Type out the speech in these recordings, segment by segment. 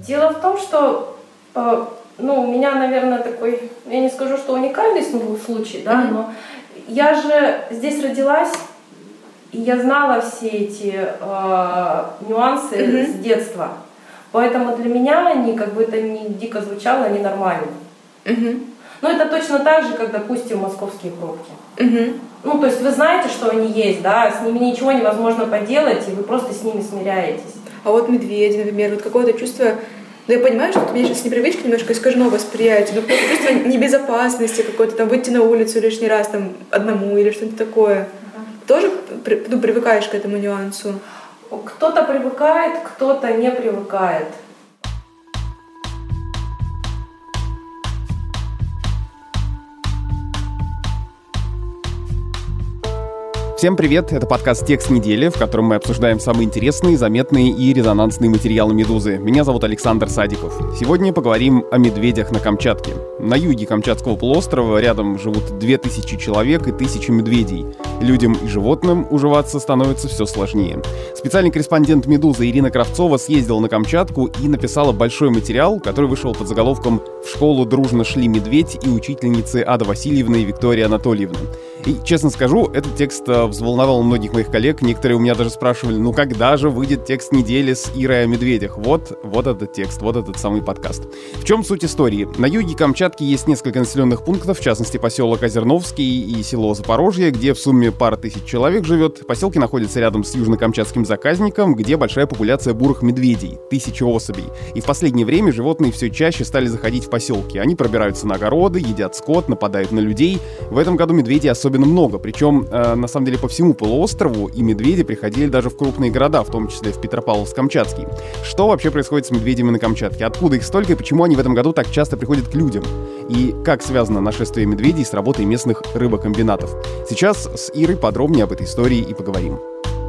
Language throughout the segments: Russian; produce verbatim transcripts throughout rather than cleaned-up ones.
Дело в том, что э, ну, у меня, наверное, такой, я не скажу, что уникальный случай, да, mm-hmm. но я же здесь родилась, и я знала все эти э, нюансы mm-hmm. с детства. Поэтому для меня они, как бы это ни дико звучало, они нормальны. Mm-hmm. Ну, это точно так же, как, допустим, московские пробки. Mm-hmm. Ну, то есть вы знаете, что они есть, да, с ними ничего невозможно поделать, и вы просто с ними смиряетесь. А вот медведи, например, вот какое-то чувство, ну, я понимаю, что у меня сейчас непривычка, немножко искажено восприятие, но какое-то чувство небезопасности, какое-то там выйти на улицу лишний раз там одному или что-то такое. Uh-huh. Тоже ну, привыкаешь к этому нюансу? Кто-то привыкает, кто-то не привыкает. Всем привет, это подкаст «Текст недели», в котором мы обсуждаем самые интересные, заметные и резонансные материалы «Медузы». Меня зовут Александр Садиков. Сегодня поговорим о медведях на Камчатке. На юге Камчатского полуострова рядом живут две тысячи человек и тысячи медведей. Людям и животным уживаться становится все сложнее. Специальный корреспондент «Медузы» Ирина Кравцова съездила на Камчатку и написала большой материал, который вышел под заголовком «В школу дружно шли медведь и учительницы Ада Васильевна и Виктория Анатольевна». И, честно скажу, этот текст взволновал многих моих коллег. Некоторые у меня даже спрашивали, ну когда же выйдет текст недели с Ирой о медведях? Вот, вот этот текст, вот этот самый подкаст. В чем суть истории? На юге Камчатки есть несколько населенных пунктов, в частности поселок Озерновский и село Запорожье, где в сумме пара тысяч человек живет. Поселки находятся рядом с южно-камчатским заказником, где большая популяция бурых медведей, тысячи особей. И в последнее время животные все чаще стали заходить в поселки. Они пробираются на огороды, едят скот, нападают на людей. В этом году медведей особенно много, причем, э, на самом деле, по всему полуострову, и медведи приходили даже в крупные города, в том числе в Петропавловск-Камчатский. Что вообще происходит с медведями на Камчатке? Откуда их столько и почему они в этом году так часто приходят к людям? И как связано нашествие медведей с работой местных рыбокомбинатов? Сейчас с Ирой подробнее об этой истории и поговорим.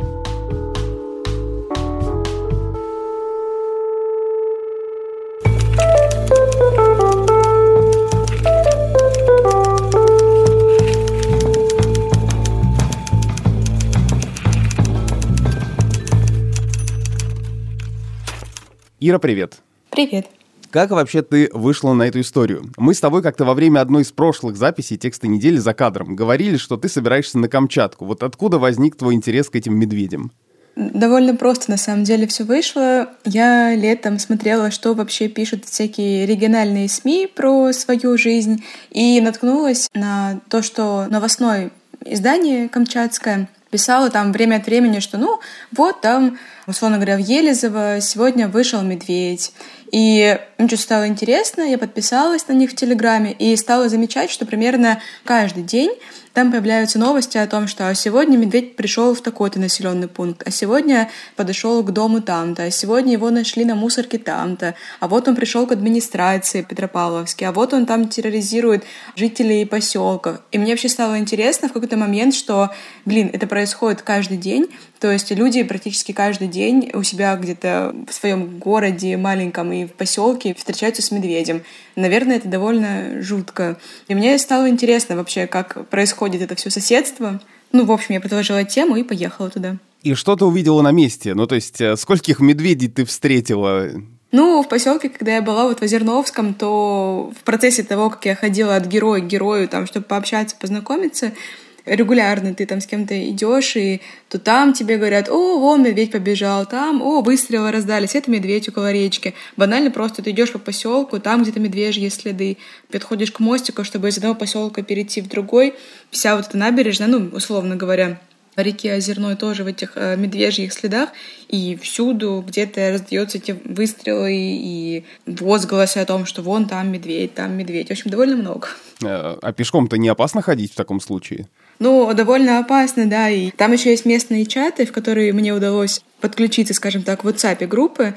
Ира, привет. Привет. Как вообще ты вышла на эту историю? Мы с тобой как-то во время одной из прошлых записей «Текста недели» за кадром говорили, что ты собираешься на Камчатку. Вот откуда возник твой интерес к этим медведям? Довольно просто, на самом деле, все вышло. Я летом смотрела, что вообще пишут всякие региональные СМИ про свою жизнь, и наткнулась на то, что новостное издание камчатское писала там время от времени, что ну вот там, условно говоря, в Елизово сегодня вышел медведь. И мне что-то стало интересно, я подписалась на них в Телеграме и стала замечать, что примерно каждый день там появляются новости о том, что сегодня медведь пришел в такой-то населенный пункт, а сегодня подошел к дому там-то, а сегодня его нашли на мусорке там-то, а вот он пришел к администрации Петропавловске, а вот он там терроризирует жителей поселков. И мне вообще стало интересно в какой-то момент, что, блин, это происходит каждый день, то есть люди практически каждый день у себя где-то в своем городе маленьком и в поселке встречаются с медведем. Наверное, это довольно жутко. И мне стало интересно вообще, как происходит это все соседство. Ну, в общем, я предложила тему и поехала туда. И что ты увидела на месте? Ну, то есть, скольких медведей ты встретила? Ну, в поселке, когда я была вот в Озерновском, то в процессе того, как я ходила от героя к герою, там, чтобы пообщаться, познакомиться, регулярно ты там с кем-то идешь, и то там тебе говорят: о, вон медведь побежал, там, о, выстрелы раздались, это медведь около речки. Банально просто ты идешь по поселку, там где-то медвежьи следы, подходишь к мостику, чтобы из одного поселка перейти в другой. Вся вот эта набережная, ну, условно говоря, реки Озерной тоже в этих э, медвежьих следах, и всюду где-то раздаются эти выстрелы и возгласы о том, что вон там медведь, там медведь. В общем, довольно много. А, а пешком-то не опасно ходить в таком случае? Ну, довольно опасно, да, и там еще есть местные чаты, в которые мне удалось подключиться, скажем так, в WhatsApp группы,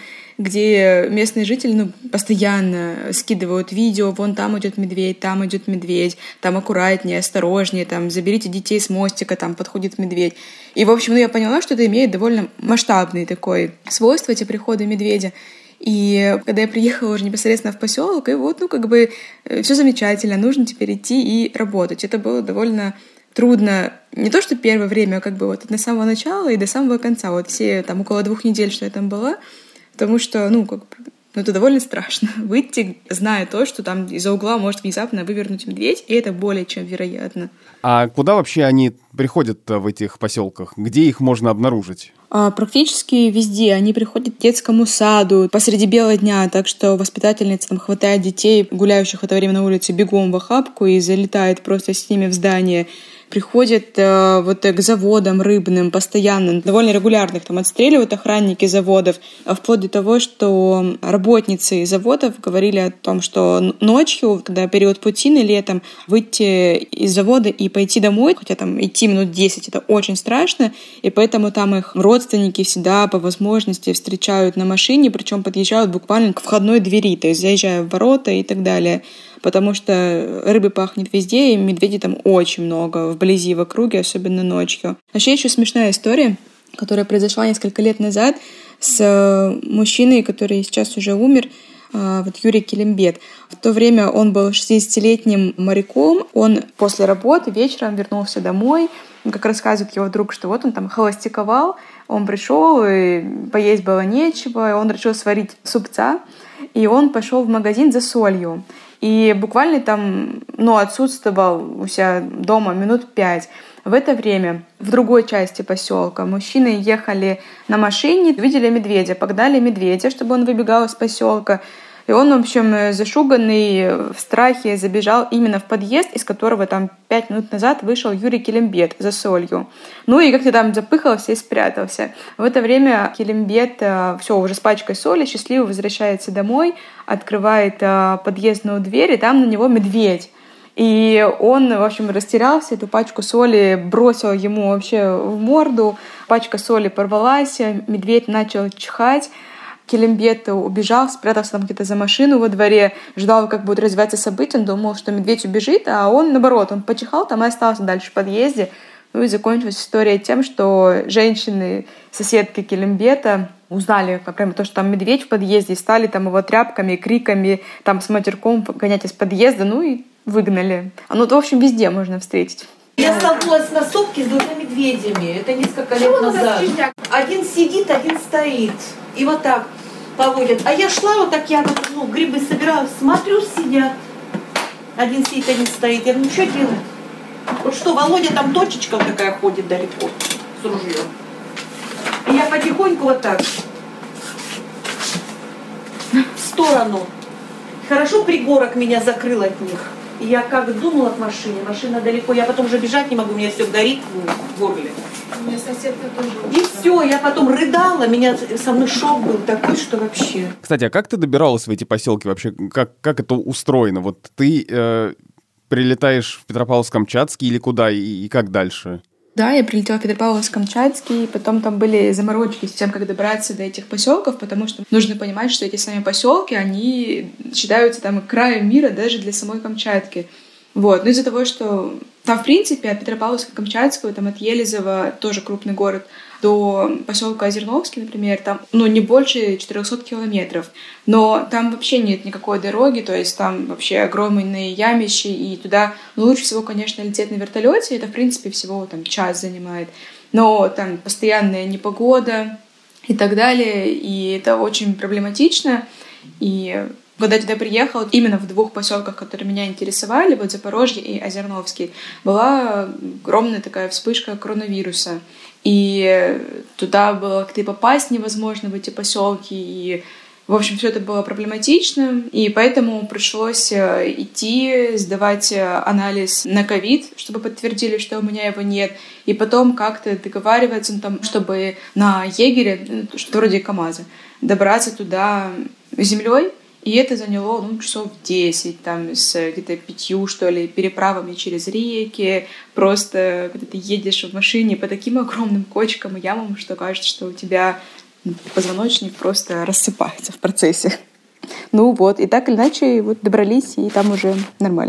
где местные жители, ну, постоянно скидывают видео: вон там идет медведь, там идет медведь, там аккуратнее, осторожнее, там заберите детей с мостика, там подходит медведь. И, в общем, ну, я поняла, что это имеет довольно масштабный такой свойство, эти приходы медведя. И когда я приехала уже непосредственно в поселок, и вот, ну, как бы все замечательно, нужно теперь идти и работать. Это было довольно трудно не то что первое время, а как бы вот от самого начала и до самого конца, вот все там около двух недель, что я там была, потому что, ну, как бы но это довольно страшно. Выйти, зная то, что там из-за угла может внезапно вывернуть медведь, и это более чем вероятно. А куда вообще они приходят в этих поселках? Где их можно обнаружить? А, практически везде. Они приходят к детскому саду посреди бела дня, так что воспитательница там хватает детей, гуляющих в это время на улице, бегом в охапку и залетает просто с ними в здание. Приходят э, вот к заводам рыбным постоянно, довольно регулярно их там отстреливают охранники заводов, вплоть до того, что работницы заводов говорили о том, что ночью, когда период путины, летом, выйти из завода и пойти домой, хотя там идти минут десять, это очень страшно, и поэтому там их родственники всегда по возможности встречают на машине, причем подъезжают буквально к входной двери, то есть заезжая в ворота и так далее. Потому что рыбы пахнет везде, и медведей там очень много, вблизи, в округе, особенно ночью. Вообще еще смешная история, которая произошла несколько лет назад с мужчиной, который сейчас уже умер, вот Юрий Келимбет. В то время он был шестидесятилетним моряком, он после работы вечером вернулся домой, как рассказывает его друг, что вот он там холостяковал, он пришел, и поесть было нечего, и он решил сварить супца, и он пошел в магазин за солью. И буквально там, ну, отсутствовал у себя дома минут пять. В это время в другой части поселка мужчины ехали на машине, увидели медведя, погнали медведя, чтобы он выбегал из поселка. И он, в общем, зашуганный, в страхе забежал именно в подъезд, из которого там пять минут назад вышел Юрий Келимбет за солью. Ну и как-то там запыхался и спрятался. В это время Келимбет, все, уже с пачкой соли, счастливо возвращается домой, открывает подъездную дверь, и там на него медведь. И он, в общем, растерялся, эту пачку соли бросил ему вообще в морду, пачка соли порвалась, медведь начал чихать. Келимбет убежал, спрятался там где-то за машину во дворе, ждал, как будут развиваться события, он думал, что медведь убежит, а он, наоборот, он почихал там и остался дальше в подъезде. Ну и закончилась история тем, что женщины, соседки Келимбета, узнали прямо то, что там медведь в подъезде, и стали там его тряпками, криками, там с матерком гонять из подъезда, ну и выгнали. А ну, в общем, везде можно встретить. Я столкнулась на сопке с двумя медведями. Это несколько лет назад. Один сидит, один стоит. И вот так поводят. А я шла вот так, я ну, грибы собирала, смотрю, сидят. Один сидит, один стоит. Я говорю, ну что делать? Вот что, Володя, там точечка вот такая ходит далеко с ружьем. И я потихоньку вот так в сторону. Хорошо пригорок меня закрыл от них. И я как думала к машине, машина далеко, я потом уже бежать не могу, у меня все горит в горле. У меня соседка тоже. И все, я потом рыдала, меня со мной шок был такой, что вообще. Кстати, а как ты добиралась в эти поселки вообще? Как, как это устроено? Вот ты э, прилетаешь в Петропавловск-Камчатский или куда, и, и как дальше? Да, я прилетела в Петропавловск-Камчатский, потом там были заморочки с тем, как добраться до этих поселков, потому что нужно понимать, что эти сами поселки, они считаются там краем мира даже для самой Камчатки. Вот. Но из-за того, что там, в принципе, от Петропавловска-Камчатского, там от Елизова, тоже крупный город, до поселка Озерновский, например, там, ну, не больше четырехсот километров. Но там вообще нет никакой дороги, то есть там вообще огромные ямищи, и туда, ну, лучше всего, конечно, лететь на вертолете, это, в принципе, всего там час занимает. Но там постоянная непогода и так далее, и это очень проблематично. И когда я туда приехала, именно в двух поселках, которые меня интересовали, вот Запорожье и Озерновский, была огромная такая вспышка коронавируса. И туда было как-то и попасть невозможно в эти поселки, и, в общем, все это было проблематично, и поэтому пришлось идти, сдавать анализ на ковид, чтобы подтвердили, что у меня его нет, и потом как-то договариваться, ну, там, чтобы на Егере, что вроде КамАЗа, добраться туда землей. И это заняло, ну, часов десять, там, с где-то пятью, что ли, переправами через реки. Просто, когда ты едешь в машине по таким огромным кочкам и ямам, что кажется, что у тебя позвоночник просто рассыпается в процессе. Ну вот, и так или иначе вот добрались, и там уже нормально.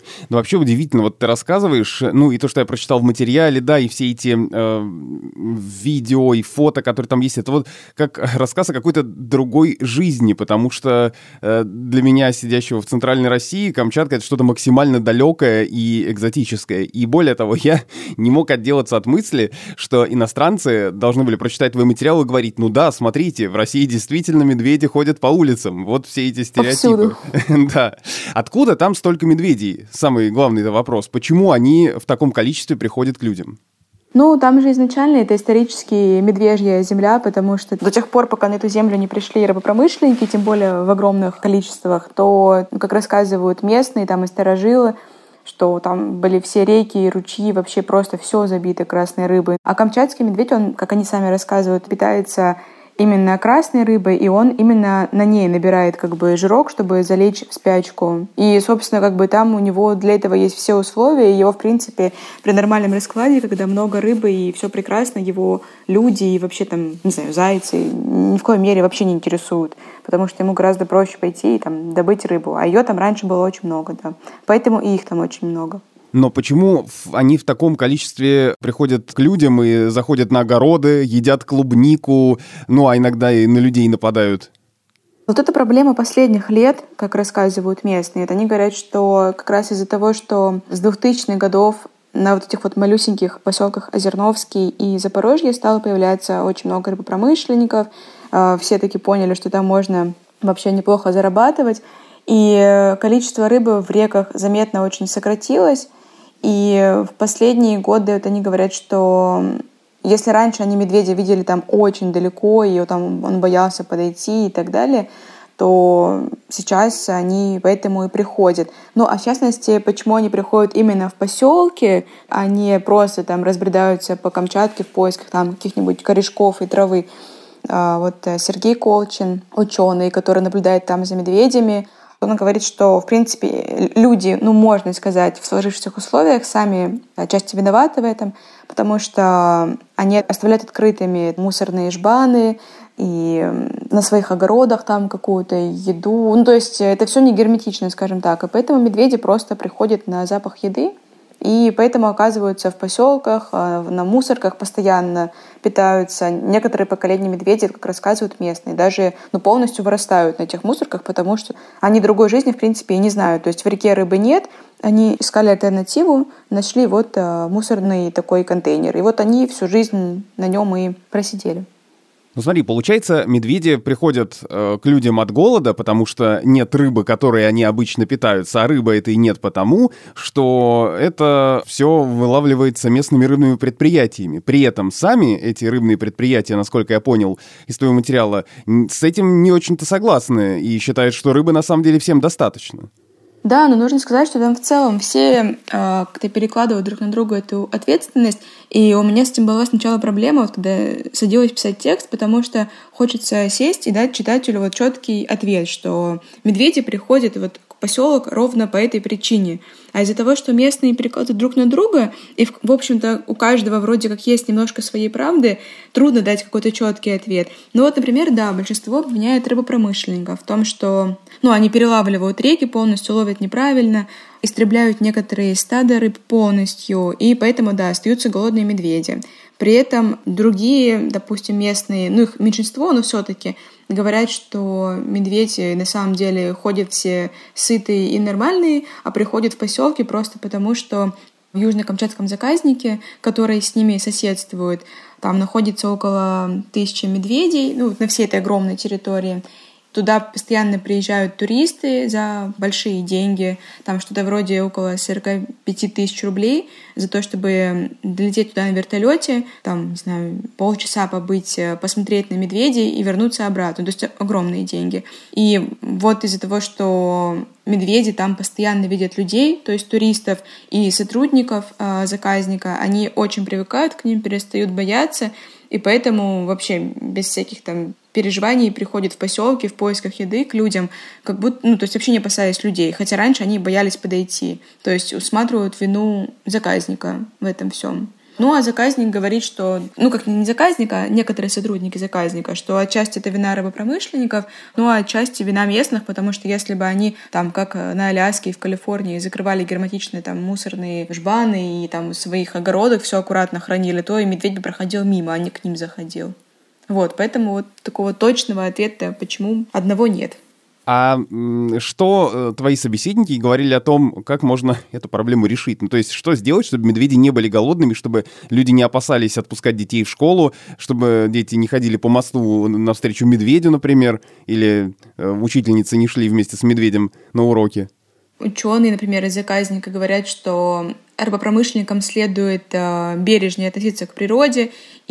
Ну, вообще удивительно, вот ты рассказываешь, ну, и то, что я прочитал в материале, да, и все эти э, видео и фото, которые там есть, это вот как рассказ о какой-то другой жизни, потому что э, для меня, сидящего в Центральной России, Камчатка — это что-то максимально далекое и экзотическое. И более того, я не мог отделаться от мысли, что иностранцы должны были прочитать твой материал и говорить: ну да, смотрите, в России действительно медведи ходят по улицам, вот все эти стереотипы. Да. Откуда там столько медведей? Самый главный вопрос. Почему они в таком количестве приходят к людям? Ну, там же изначально это исторически медвежья земля, потому что до тех пор, пока на эту землю не пришли рабопромышленники, тем более в огромных количествах, то, как рассказывают местные, там и старожилы, что там были все реки и ручьи, вообще просто все забито красной рыбой. А камчатский медведь, он, как они сами рассказывают, питается именно красной рыбой, и он именно на ней набирает как бы жирок, чтобы залечь в спячку. И, собственно, как бы там у него для этого есть все условия, и его, в принципе, при нормальном раскладе, когда много рыбы и все прекрасно, его люди и вообще там, не знаю, зайцы ни в коей мере вообще не интересуют, потому что ему гораздо проще пойти и там добыть рыбу, а ее там раньше было очень много, да. Поэтому и их там очень много. Но почему они в таком количестве приходят к людям и заходят на огороды, едят клубнику, ну а иногда и на людей нападают? Вот это проблема последних лет, как рассказывают местные. Они говорят, что как раз из-за того, что с двухтысячных годов на вот этих вот малюсеньких поселках Озерновский и Запорожье стало появляться очень много рыбопромышленников. Все таки поняли, что там можно вообще неплохо зарабатывать. И количество рыбы в реках заметно очень сократилось. И в последние годы вот они говорят, что если раньше они медведя видели там очень далеко, и там он боялся подойти и так далее, то сейчас они поэтому и приходят. Ну, а в частности, почему они приходят именно в поселки, а не просто там разбредаются по Камчатке в поисках там каких-нибудь корешков и травы. Вот Сергей Колчин, ученый, который наблюдает там за медведями, он говорит, что, в принципе, люди, ну, можно сказать, в сложившихся условиях сами отчасти виноваты в этом, потому что они оставляют открытыми мусорные жбаны и на своих огородах там какую-то еду. Ну, то есть это все не герметично, скажем так. И поэтому медведи просто приходят на запах еды, и поэтому оказываются в поселках, на мусорках постоянно питаются. Некоторые поколения медведей, как рассказывают местные, даже ну, полностью вырастают на этих мусорках, потому что они другой жизни, в принципе, и не знают. То есть в реке рыбы нет, они искали альтернативу, нашли вот мусорный такой контейнер. И вот они всю жизнь на нем и просидели. Ну смотри, получается, медведи приходят э, к людям от голода, потому что нет рыбы, которой они обычно питаются, а рыбы этой нет потому, что это все вылавливается местными рыбными предприятиями. При этом сами эти рыбные предприятия, насколько я понял из твоего материала, с этим не очень-то согласны и считают, что рыбы на самом деле всем достаточно. Да, но нужно сказать, что там в целом все э, как-то перекладывают друг на друга эту ответственность. И у меня с этим была сначала проблема, вот, когда садилась писать текст, потому что хочется сесть и дать читателю вот четкий ответ, что медведи приходят вот к поселок ровно по этой причине. А из-за того, что местные перекладывают друг на друга, и, в общем-то, у каждого вроде как есть немножко своей правды, трудно дать какой-то четкий ответ. Ну вот, например, да, большинство обвиняет рыбопромышленников в том, что ну, они перелавливают реки полностью, ловят неправильно, истребляют некоторые стада рыб полностью, и поэтому, да, остаются голодные медведи. При этом другие, допустим, местные, ну их меньшинство, но все-таки говорят, что медведи на самом деле ходят все сытые и нормальные, а приходят в поселки просто потому, что в Южно-Камчатском заказнике, который с ними соседствует, там находится около тысячи медведей, ну, на всей этой огромной территории. Туда постоянно приезжают туристы за большие деньги, там что-то вроде около сорок пять тысяч рублей за то, чтобы долететь туда на вертолете, там, не знаю, полчаса побыть, посмотреть на медведей и вернуться обратно. То есть огромные деньги. И вот из-за того, что медведи там постоянно видят людей, то есть туристов и сотрудников э, заказника, они очень привыкают к ним, перестают бояться, и поэтому вообще без всяких там переживаний приходят в поселки в поисках еды к людям, как будто, ну, то есть вообще не опасаясь людей, хотя раньше они боялись подойти, то есть усматривают вину заказника в этом всем. Ну, а заказник говорит, что, ну, как не заказник, а некоторые сотрудники заказника, что отчасти это вина рыбопромышленников, ну, а отчасти вина местных, потому что если бы они там, как на Аляске и в Калифорнии, закрывали герметичные там мусорные жбаны и там в своих огородах все аккуратно хранили, то и медведь бы проходил мимо, а не к ним заходил. Вот, поэтому вот такого точного ответа, почему одного нет. А что твои собеседники говорили о том, как можно эту проблему решить? Ну, то есть, что сделать, чтобы медведи не были голодными, чтобы люди не опасались отпускать детей в школу, чтобы дети не ходили по мосту навстречу медведю, например, или учительницы не шли вместе с медведем на уроки? Ученые, например, из заказника говорят, что рыбопромышленникам следует э, бережнее относиться к природе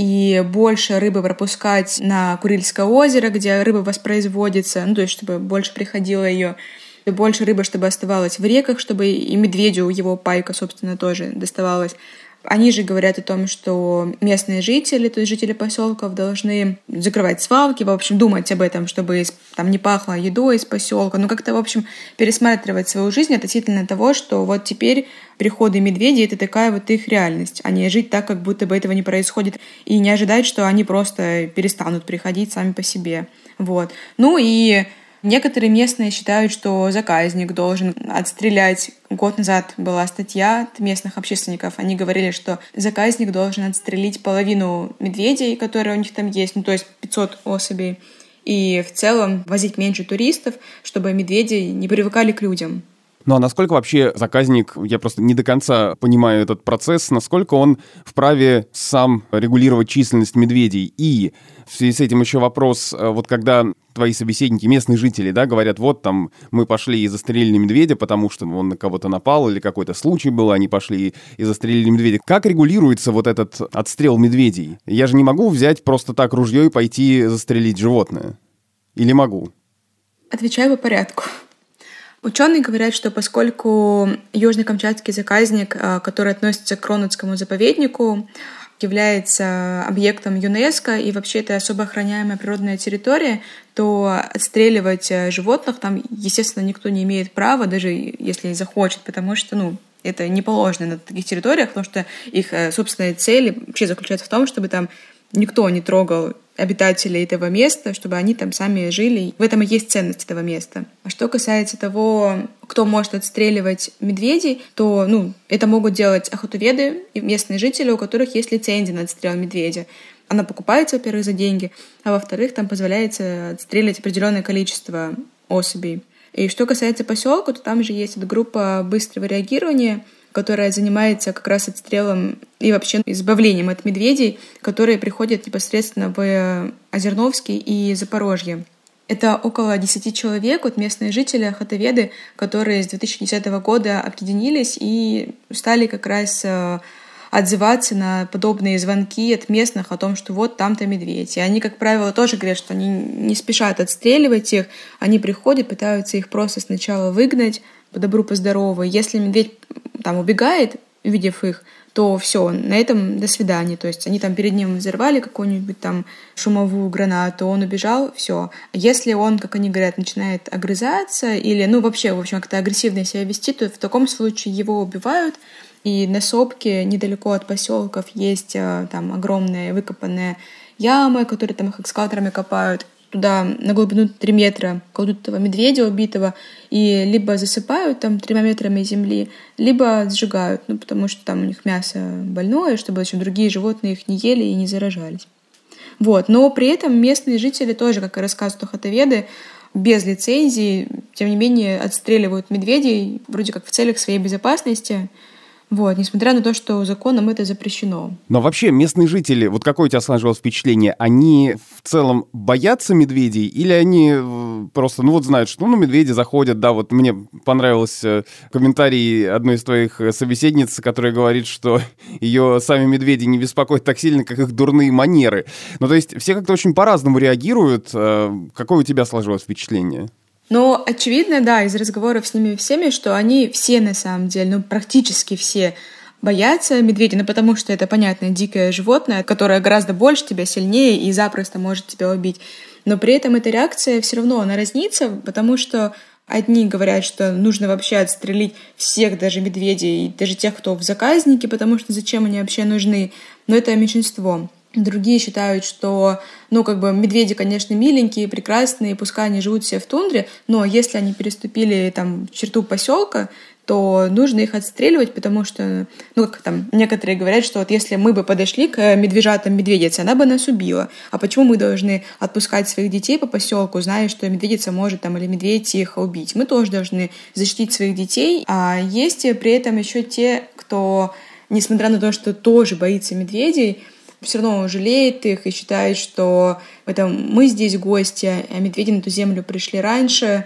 и больше рыбы пропускать на Курильское озеро, где рыба воспроизводится, ну, то есть чтобы больше приходило ее, и больше рыбы, чтобы оставалось в реках, чтобы и медведю его пайка, собственно, тоже доставалась. Они же говорят о том, что местные жители, то есть жители поселков, должны закрывать свалки, в общем, думать об этом, чтобы там не пахло едой из поселка, ну как-то, в общем, пересматривать свою жизнь относительно того, что вот теперь приходы медведей — это такая вот их реальность, а не жить так, как будто бы этого не происходит, и не ожидать, что они просто перестанут приходить сами по себе. Вот. Ну и некоторые местные считают, что заказник должен отстрелять. Год назад была статья от местных общественников. Они говорили, что заказник должен отстрелить половину медведей, которые у них там есть, ну то есть пятьсот особей, и в целом возить меньше туристов, чтобы медведи не привыкали к людям. Ну а насколько вообще заказник, я просто не до конца понимаю этот процесс, насколько он вправе сам регулировать численность медведей? И в связи с этим еще вопрос, вот когда твои собеседники, местные жители, да, говорят, вот там мы пошли и застрелили медведя, потому что он на кого-то напал или какой-то случай был, они пошли и застрелили медведя. Как регулируется вот этот отстрел медведей? Я же не могу взять просто так ружье и пойти застрелить животное. Или могу? Отвечаю по порядку. Ученые говорят, что поскольку Южно-Камчатский заказник, который относится к Кронотскому заповеднику, является объектом ЮНЕСКО и вообще это особо охраняемая природная территория, то отстреливать животных там, естественно, никто не имеет права, даже если и захочет, потому что, ну, это не положено на таких территориях, потому что их собственная цель вообще заключается в том, чтобы там никто не трогал обитателей этого места, чтобы они там сами жили. В этом и есть ценность этого места. А что касается того, кто может отстреливать медведей, то ну, это могут делать охотоведы и местные жители, у которых есть лицензия на отстрел медведя. Она покупается, во-первых, за деньги, а во-вторых, там позволяется отстрелить определенное количество особей. И что касается поселка, то там же есть эта группа быстрого реагирования, которая занимается как раз отстрелом и вообще избавлением от медведей, которые приходят непосредственно в Озерновский и Запорожье. Это около десяти человек, вот местные жители, охотоведы, которые с две тысячи десятого года объединились и стали как раз отзываться на подобные звонки от местных о том, что вот там-то медведь. И они, как правило, тоже говорят, что они не спешат отстреливать их, они приходят, пытаются их просто сначала выгнать, по добру, по здорову. Если медведь там убегает, увидев их, то все, на этом до свидания. То есть они там перед ним взорвали какую-нибудь там шумовую гранату, он убежал, все. Если он, как они говорят, начинает огрызаться или, ну, вообще, в общем, как-то агрессивно себя вести, то в таком случае его убивают. И на сопке недалеко от поселков есть там огромная выкопанная яма, которую там их экскаваторами копают. Туда на глубину три метра кладут этого медведя убитого и либо засыпают там тремя метрами земли, либо сжигают, ну, потому что там у них мясо больное, чтобы, в общем, другие животные их не ели и не заражались. Вот. Но при этом местные жители тоже, как и рассказывают охотоведы, без лицензии, тем не менее, отстреливают медведей вроде как в целях своей безопасности. Вот, несмотря на то, что законом это запрещено. Но вообще местные жители, вот какое у тебя сложилось впечатление, они в целом боятся медведей или они просто, ну вот знают, что ну медведи заходят, да, вот мне понравился комментарий одной из твоих собеседниц, которая говорит, что ее сами медведи не беспокоят так сильно, как их дурные манеры. Ну то есть все как-то очень по-разному реагируют. Какое у тебя сложилось впечатление? Но очевидно, да, из разговоров с ними всеми, что они все на самом деле, ну практически все боятся медведя, ну потому что это, понятно, дикое животное, которое гораздо больше тебя, сильнее и запросто может тебя убить. Но при этом эта реакция все равно, она разнится, потому что Одни говорят, что нужно вообще отстрелить всех, даже медведей, даже тех, кто в заказнике, потому что зачем они вообще нужны, но это меньшинство. Другие считают, что, ну, как бы медведи, конечно, миленькие, прекрасные, пускай они живут все в тундре, но если они переступили там черту поселка, то нужно их отстреливать, потому что, ну, как там некоторые говорят, что вот если мы бы подошли к медвежатам медведице, она бы нас убила. А почему мы должны отпускать своих детей по поселку, зная, что медведица может там или медведь их убить? Мы тоже должны защитить своих детей. А есть при этом еще те, кто, несмотря на то, что тоже боится медведей, все равно жалеет их и считает, что это мы здесь гости, а медведи на эту землю пришли раньше,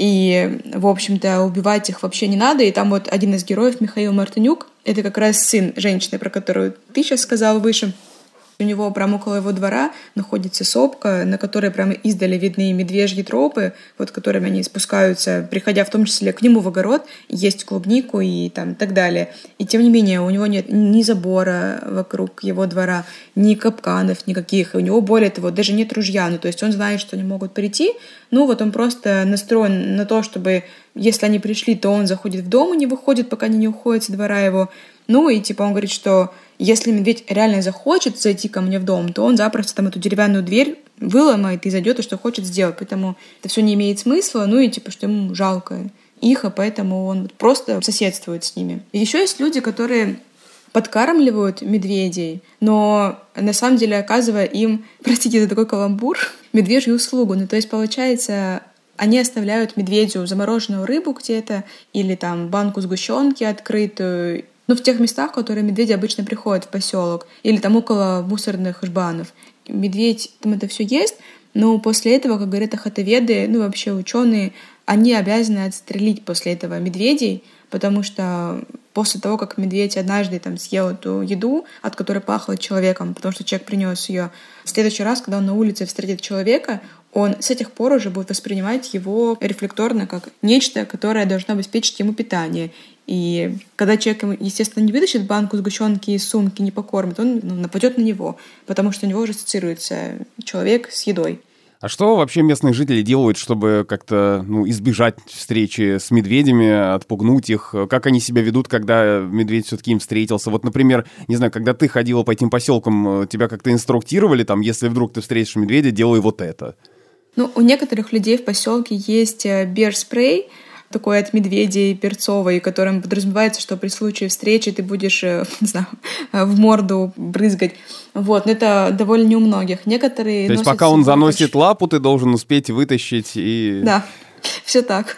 и, в общем-то, убивать их вообще не надо. И там вот один из героев, Михаил Мартынюк, это как раз сын женщины, про которую ты сейчас сказал выше. У него прямо около его двора находится сопка, на которой прямо издали видны медвежьи тропы, вот которыми они спускаются, приходя в том числе к нему в огород, есть клубнику и там так далее. И тем не менее у него нет ни забора вокруг его двора, ни капканов никаких, и у него, более того, даже нет ружья, ну то есть он знает, что они могут прийти, ну вот он просто настроен на то, чтобы, если они пришли, то он заходит в дом и не выходит, пока они не уходят со двора его. Ну и типа он говорит, что если медведь реально захочет зайти ко мне в дом, то он запросто там эту деревянную дверь выломает и зайдет, и что хочет сделать. Поэтому это все не имеет смысла, ну и типа, что ему жалко их, а поэтому он просто соседствует с ними. И еще есть люди, которые подкармливают медведей, но на самом деле оказывая им, простите за такой каламбур, медвежью услугу. Ну то есть получается, они оставляют медведю замороженную рыбу где-то или там банку сгущенки открытую, ну, в тех местах, в которые медведи обычно приходят в поселок, или там около мусорных жбанов. Медведь там это все ест, но после этого, как говорят охотоведы, ну, вообще ученые, они обязаны отстрелить после этого медведей, потому что после того, как медведь однажды там съел эту еду, от которой пахло человеком, потому что человек принес ее, в следующий раз, когда он на улице встретит человека, он с этих пор уже будет воспринимать его рефлекторно как нечто, которое должно обеспечить ему питание. И когда человек, естественно, не вытащит банку сгущенки из сумки, не покормит, он ну, нападет на него, потому что у него уже ассоциируется человек с едой. А что вообще местные жители делают, чтобы как-то ну, избежать встречи с медведями, отпугнуть их? Как они себя ведут, когда медведь все-таки им встретился? Вот, например, не знаю, когда ты ходила по этим поселкам, тебя как-то инструктировали, там, если вдруг ты встретишь медведя, делай вот это. Ну, у некоторых людей в поселке есть бер-спрей, такой от медведей перцовый, которым подразумевается, что при случае встречи ты будешь, не знаю, в морду брызгать. Вот, но это довольно не у многих. Некоторые То есть пока он заносит лапу, ты должен успеть вытащить и... Да, все так.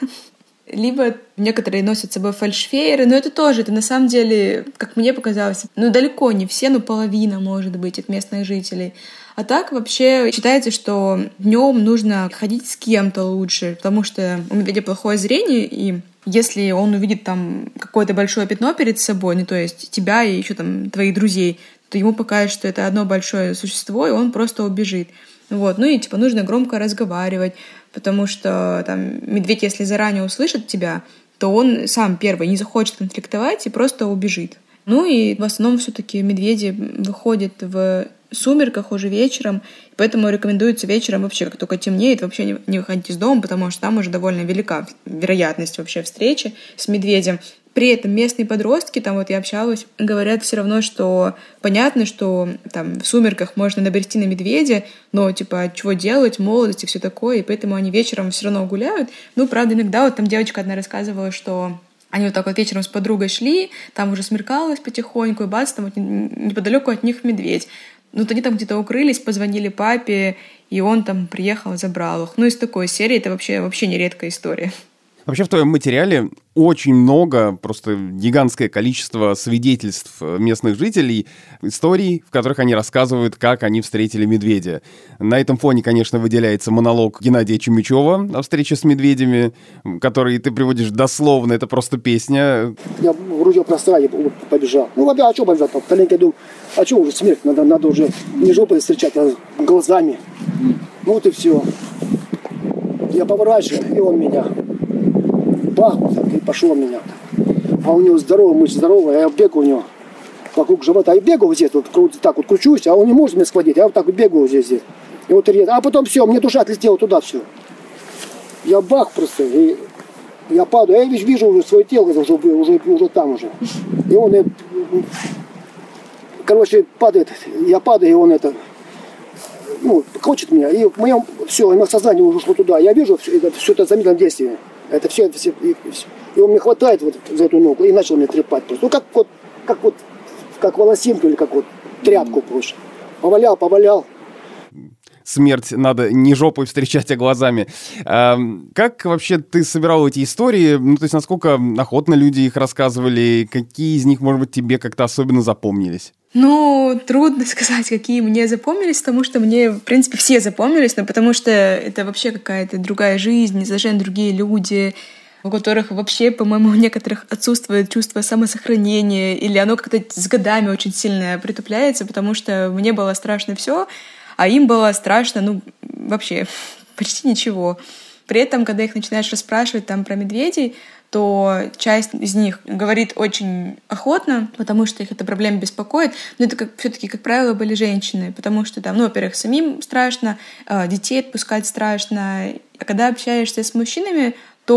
Либо некоторые носят с собой фальшфейеры, но это тоже, это на самом деле, как мне показалось, ну далеко не все, но половина, может быть, от местных жителей. А так вообще считается, что днем нужно ходить с кем-то лучше, потому что у медведя плохое зрение, и если он увидит там какое-то большое пятно перед собой, ну то есть тебя и еще там твоих друзей, то ему покажет, что это одно большое существо, и он просто убежит. Вот. Ну и типа нужно громко разговаривать, потому что там медведь, если заранее услышит тебя, то он сам первый не захочет конфликтовать и просто убежит. Ну и в основном все-таки медведи выходят в сумерках уже вечером, поэтому рекомендуется вечером вообще, как только темнеет, вообще не, не выходить из дома, потому что там уже довольно велика вероятность вообще встречи с медведем. При этом местные подростки, там вот я общалась, говорят все равно, что понятно, что там в сумерках можно набрести на медведя, но типа чего делать, молодость и все такое, и поэтому они вечером все равно гуляют. Ну, правда, иногда вот там девочка одна рассказывала, что они вот так вот вечером с подругой шли, там уже смеркалось потихоньку, и бац, там вот неподалеку от них медведь. Ну, вот они там где-то укрылись, позвонили папе, и он там приехал, забрал их. Ну, из такой серии это вообще, вообще не редкая история. Вообще в твоем материале очень много, просто гигантское количество свидетельств местных жителей, историй, в которых они рассказывают, как они встретили медведя. На этом фоне, конечно, выделяется монолог Геннадия Чумичева о встрече с медведями, который ты приводишь дословно, это просто песня. Я вроде пространстве побежал. Ну, а что побежал? Таленька, думаю, а что уже смерть? Надо, надо уже не жопой встречать, а глазами. Вот и все. Я поворачиваю, и он меня... Бах, и пошел меня. А у него здоровый, мышь здоровая, а я бегаю у него вокруг живота. Я бегаю здесь, вот так вот кручусь, а он не может меня схватить. Я вот так вот бегаю здесь, здесь. И вот, а потом все, мне душа отлетела туда все. Я бах просто, и Я падаю, я вижу уже свое тело, уже, уже, уже там уже. И он, короче, падает, я падаю, и он это, ну, хочет меня. И в моем, все, мое сознание уже ушло туда. Я вижу все это, все это в замедленном действии. Это все, все и, и он мне хватает вот за эту ногу и начал меня трепать просто. Ну, как вот, как вот, как волосинку или как вот тряпку просто. Повалял, повалял. Смерть надо не жопой встречать, а глазами. А как вообще ты собирал эти истории? Ну, то есть, насколько охотно люди их рассказывали? Какие из них, может быть, тебе как-то особенно запомнились? Ну, трудно сказать, какие мне запомнились, потому что мне, в принципе, все запомнились, но потому что это вообще какая-то другая жизнь, совершенно другие люди, у которых вообще, по-моему, у некоторых отсутствует чувство самосохранения, или оно как-то с годами очень сильно притупляется, потому что мне было страшно все, а им было страшно, ну, вообще почти ничего. При этом, когда их начинаешь расспрашивать там про медведей, то часть из них говорит очень охотно, потому что их эта проблема беспокоит. Но это как, все-таки, как правило, были женщины, потому что там, ну, во-первых, самим страшно, детей отпускать страшно. А когда общаешься с мужчинами,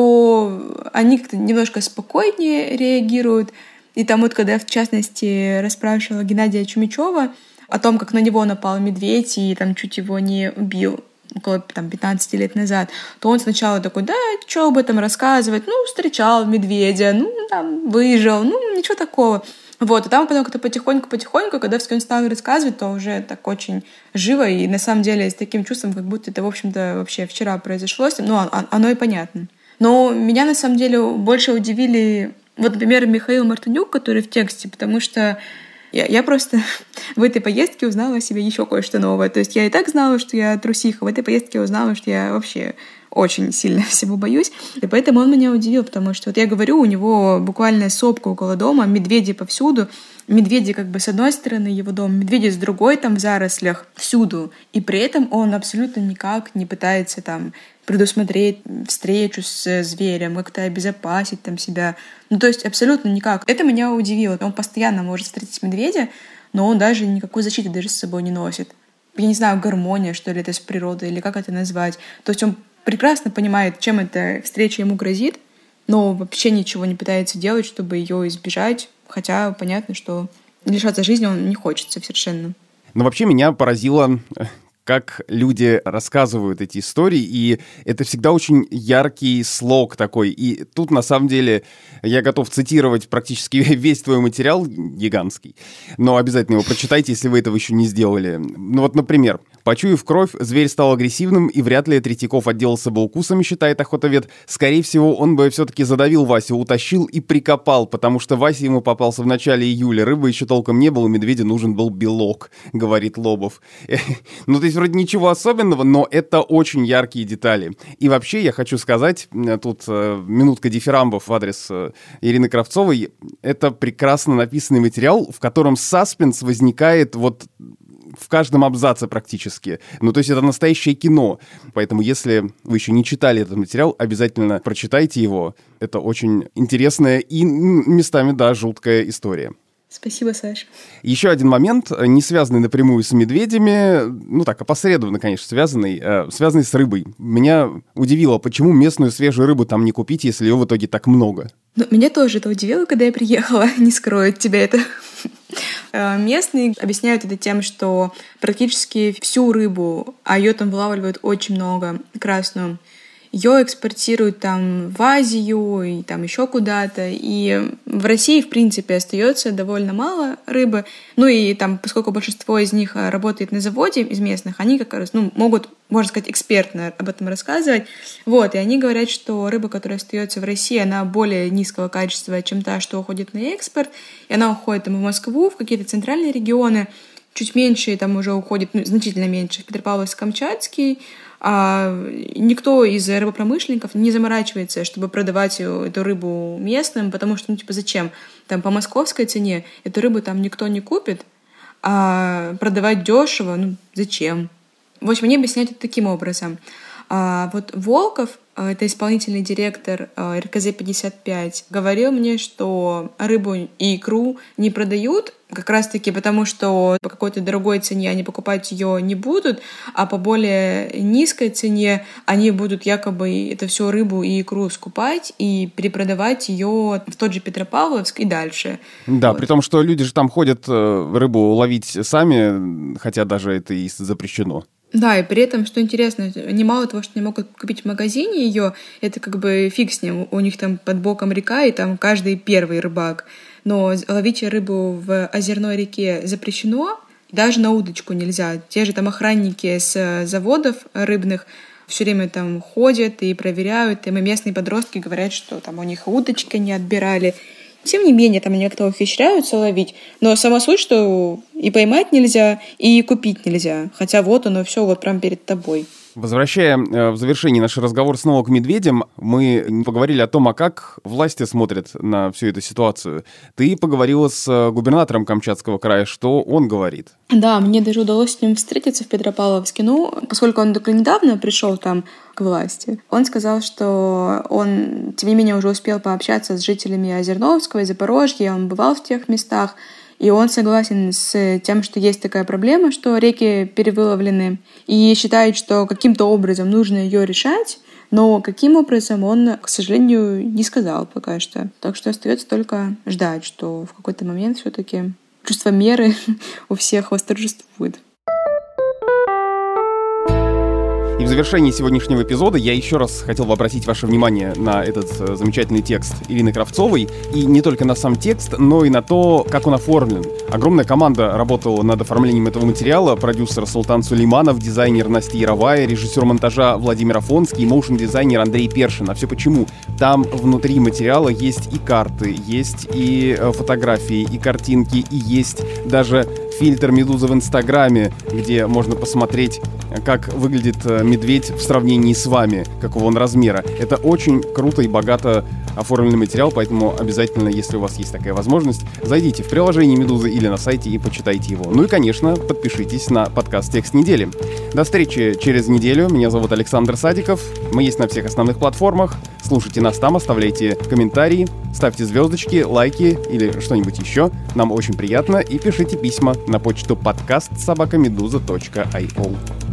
то они как-то немножко спокойнее реагируют. И там вот, когда я, в частности, расспрашивала Геннадия Чумичева о том, как на него напал медведь и там чуть его не убил около там, пятнадцать лет назад, то он сначала такой, да, что об этом рассказывать, ну, встречал медведя, ну, там, выжил, ну, ничего такого. Вот, и там потом как-то потихоньку-потихоньку, когда все он стал рассказывать, то уже так очень живо и на самом деле с таким чувством, как будто это, в общем-то, вообще вчера произошло, ну, оно и понятно. Но меня, на самом деле, больше удивили, вот, например, Михаил Мартынюк, который в тексте, потому что Я, я просто в этой поездке узнала о себе еще кое-что новое. То есть я и так знала, что я трусиха. В этой поездке я узнала, что я вообще очень сильно всего боюсь. И поэтому он меня удивил, потому что, вот я говорю, у него буквально сопка около дома, медведи повсюду. Медведи как бы с одной стороны его дом, медведи с другой там в зарослях, всюду. И при этом он абсолютно никак не пытается там предусмотреть встречу с зверем, как-то обезопасить там себя. Ну, то есть абсолютно никак. Это меня удивило. Он постоянно может встретить медведя, но он даже никакой защиты даже с собой не носит. Я не знаю, гармония, что ли, это с природой, или как это назвать. То есть он прекрасно понимает, чем эта встреча ему грозит, но вообще ничего не пытается делать, чтобы ее избежать, хотя понятно, что лишаться жизни он не хочет совершенно. Но вообще меня поразило, как люди рассказывают эти истории, и это всегда очень яркий слог такой. И тут, на самом деле, я готов цитировать практически весь твой материал, гигантский, но обязательно его прочитайте, если вы этого еще не сделали. Ну вот, например, почуяв кровь, зверь стал агрессивным, и вряд ли Третьяков отделался бы укусами, считает охотовед. Скорее всего, он бы все-таки задавил Васю, утащил и прикопал, потому что Вася ему попался в начале июля. Рыбы еще толком не было, медведю нужен был белок, говорит Лобов. Ну, то есть вроде ничего особенного, но это очень яркие детали. И вообще я хочу сказать, тут э, минутка дифирамбов в адрес э, Ирины Кравцовой, это прекрасно написанный материал, в котором саспенс возникает вот в каждом абзаце практически. Ну, то есть это настоящее кино. Поэтому, если вы еще не читали этот материал, обязательно прочитайте его. Это очень интересная и местами, да, жуткая история. Спасибо, Саш. Еще один момент, не связанный напрямую с медведями, ну так, опосредованно, конечно, связанный, э, связанный с рыбой. Меня удивило, почему местную свежую рыбу там не купить, если ее в итоге так много. Ну, меня тоже это удивило, когда я приехала, не скрою от тебя это. Местные объясняют это тем, что практически всю рыбу, а ее там вылавливают очень много, красную, ее экспортируют там в Азию и там еще куда-то. И в России, в принципе, остается довольно мало рыбы. Ну и там, поскольку большинство из них работает на заводе из местных, они как раз, ну, могут, можно сказать, экспертно об этом рассказывать. Вот, и они говорят, что рыба, которая остается в России, она более низкого качества, чем та, что уходит на экспорт. И она уходит там в Москву, в какие-то центральные регионы. Чуть меньше там уже уходит, ну, значительно меньше, в Петропавловск-Камчатский. А никто из рыбопромышленников не заморачивается, чтобы продавать эту рыбу местным, потому что, ну, типа, зачем? Там по московской цене эту рыбу там никто не купит, а продавать дешево, ну, зачем? В общем, они объясняют это таким образом. А вот Волков, это исполнительный директор эр ка зэ пятьдесят пять, говорил мне, что рыбу и икру не продают, как раз-таки потому, что по какой-то дорогой цене они покупать ее не будут, а по более низкой цене они будут якобы это всю рыбу и икру скупать и перепродавать ее в тот же Петропавловск и дальше. Да, вот. При том, что люди же там ходят рыбу ловить сами, хотя даже это и запрещено. Да, и при этом, что интересно, немало того, что они могут купить в магазине ее, это как бы фиг с ним. У них там под боком река, и там каждый первый рыбак. Но ловить рыбу в озерной реке запрещено, даже на удочку нельзя. Те же там охранники с заводов рыбных все время там ходят и проверяют, и местные подростки говорят, что там у них удочки не отбирали. Тем не менее, там они как-то ухищряются ловить, но сама суть, что и поймать нельзя, и купить нельзя, хотя вот оно все вот прям перед тобой. Возвращая э, в завершении наш разговор снова к медведям, мы поговорили о том, а как власти смотрят на всю эту ситуацию. Ты поговорила с губернатором Камчатского края, что он говорит? Да, мне даже удалось с ним встретиться в Петропавловске. Ну, поскольку он только недавно пришел там к власти, он сказал, что он, тем не менее, уже успел пообщаться с жителями Озерновского и Запорожья, он бывал в тех местах, и он согласен с тем, что есть такая проблема, что реки перевыловлены, и считает, что каким-то образом нужно ее решать, но каким образом он, к сожалению, не сказал пока что. Так что остается только ждать, что в какой-то момент все-таки чувство меры у всех восторжествует. И в завершении сегодняшнего эпизода я еще раз хотел бы обратить ваше внимание на этот замечательный текст Ирины Кравцовой. И не только на сам текст, но и на то, как он оформлен. Огромная команда работала над оформлением этого материала. Продюсер Султан Сулейманов, дизайнер Настя Яровая, режиссер монтажа Владимир Афонский и моушн-дизайнер Андрей Першин. А все почему? Там внутри материала есть и карты, есть и фотографии, и картинки, и есть даже фильтр «Медуза» в Инстаграме, где можно посмотреть, как выглядит медведь в сравнении с вами, какого он размера. Это очень круто и богато оформленный материал, поэтому обязательно, если у вас есть такая возможность, зайдите в приложение «Медузы» или на сайте и почитайте его. Ну и, конечно, подпишитесь на подкаст «Текст недели». До встречи через неделю. Меня зовут Александр Садиков. Мы есть на всех основных платформах. Слушайте нас там, оставляйте комментарии, ставьте звездочки, лайки или что-нибудь еще. Нам очень приятно. И пишите письма на почту подкаст собака медуза точка ай о.